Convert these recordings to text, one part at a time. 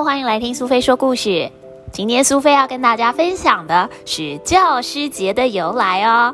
欢迎来听苏菲说故事。今天苏菲要跟大家分享的是教师节的由来哦。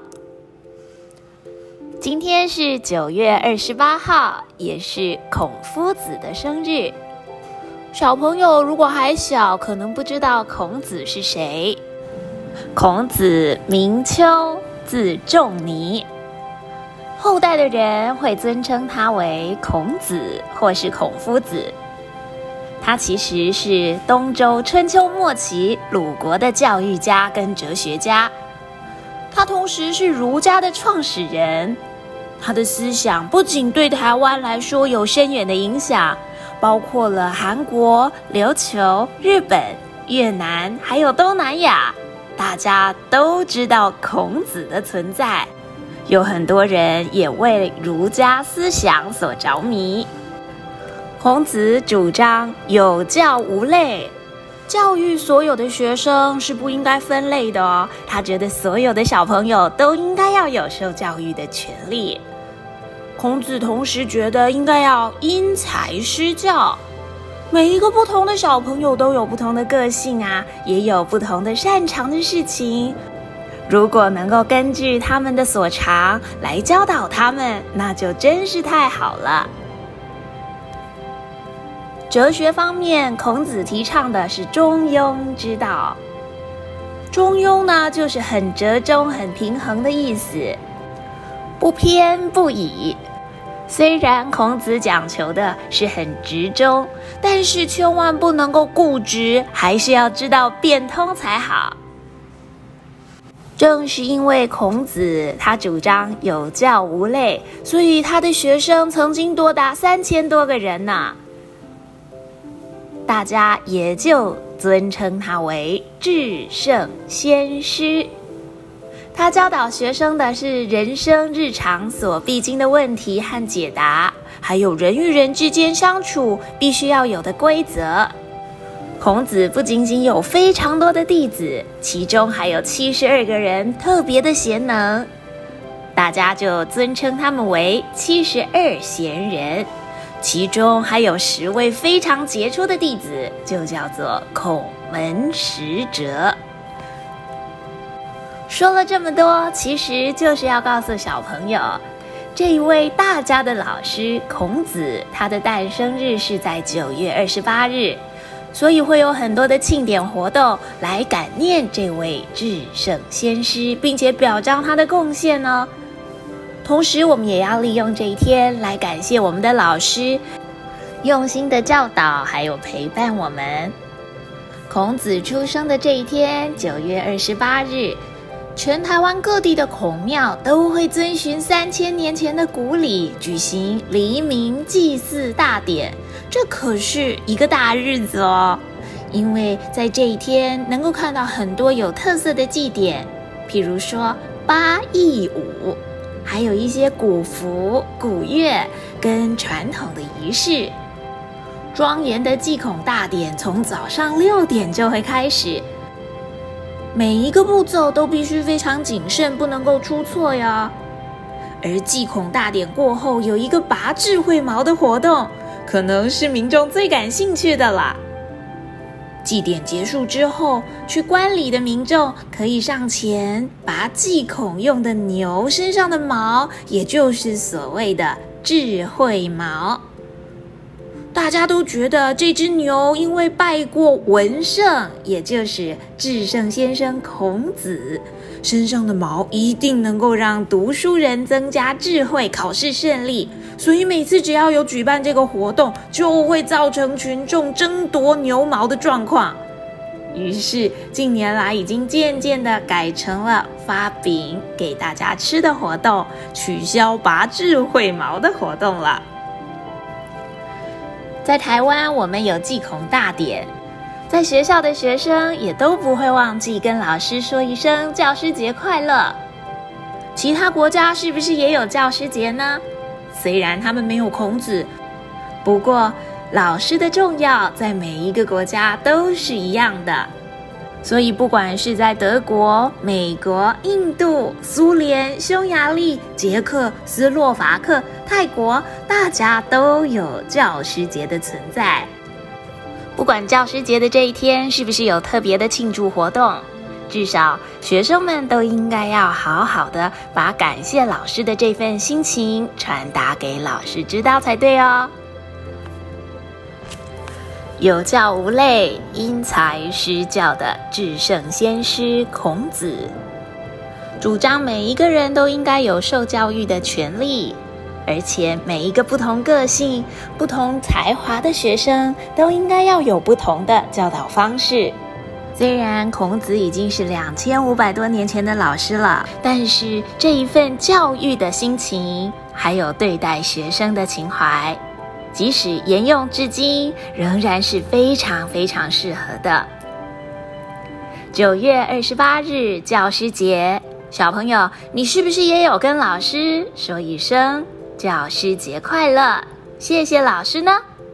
今天是9月28号，也是孔夫子的生日。小朋友如果还小，可能不知道孔子是谁。孔子名丘，字仲尼，后代的人会尊称他为孔子或是孔夫子。他其实是东周春秋末期鲁国的教育家跟哲学家，他同时是儒家的创始人。他的思想不仅对台湾来说有深远的影响，包括了韩国、琉球、日本、越南还有东南亚，大家都知道孔子的存在，有很多人也为儒家思想所着迷。孔子主张有教无类，教育所有的学生是不应该分类的哦。他觉得所有的小朋友都应该要有受教育的权利。孔子同时觉得应该要因材施教，每一个不同的小朋友都有不同的个性啊，也有不同的擅长的事情。如果能够根据他们的所长来教导他们，那就真是太好了。哲学方面，孔子提倡的是中庸之道。中庸呢，就是很折中、很平衡的意思，不偏不倚。虽然孔子讲求的是很直中，但是千万不能够固执，还是要知道变通才好。正是因为孔子他主张有教无类，所以他的学生曾经多达3000多个人呢。大家也就尊称他为至圣先师。他教导学生的是人生日常所必经的问题和解答，还有人与人之间相处必须要有的规则。孔子不仅仅有非常多的弟子，其中还有72个人特别的贤能，大家就尊称他们为72贤人。其中还有10位非常杰出的弟子，就叫做孔门十哲。说了这么多，其实就是要告诉小朋友，这一位大家的老师孔子，他的诞生日是在9月28日，所以会有很多的庆典活动来感念这位至圣先师，并且表彰他的贡献哦。同时我们也要利用这一天来感谢我们的老师用心的教导还有陪伴我们。孔子出生的这一天9月28日，全台湾各地的孔庙都会遵循3000年前的古礼，举行黎明祭祀大典，这可是一个大日子哦。因为在这一天能够看到很多有特色的祭典，譬如说8佾舞，还有一些古服、古乐跟传统的仪式。庄严的祭孔大典从早上6点就会开始，每一个步骤都必须非常谨慎，不能够出错呀。而祭孔大典过后，有一个拔智慧毛的活动，可能是民众最感兴趣的啦。祭典结束之后，去观礼的民众可以上前拔祭孔用的牛身上的毛，也就是所谓的智慧毛。大家都觉得这只牛因为拜过文圣，也就是至圣先生孔子，身上的毛一定能够让读书人增加智慧，考试顺利，所以每次只要有举办这个活动，就会造成群众争夺牛毛的状况。于是近年来已经渐渐的改成了发饼给大家吃的活动，取消拔智慧毛的活动了。在台湾，我们有祭孔大典，在学校的学生也都不会忘记跟老师说一声教师节快乐。其他国家是不是也有教师节呢？虽然他们没有孔子，不过老师的重要在每一个国家都是一样的。所以不管是在德国、美国、印度、苏联、匈牙利、捷克斯洛伐克、泰国，大家都有教师节的存在。 不管教师节的这一天是不是有特别的庆祝活动，至少学生们都应该要好好的把感谢老师的这份心情传达给老师知道才对哦。有教无类，因材施教的至圣先师孔子，主张每一个人都应该有受教育的权利，而且每一个不同个性、不同才华的学生都应该要有不同的教导方式。虽然孔子已经是2500多年前的老师了，但是这一份教育的心情，还有对待学生的情怀，即使沿用至今，仍然是非常非常适合的。9月28日教师节，小朋友，你是不是也有跟老师说一声教师节快乐？谢谢老师呢？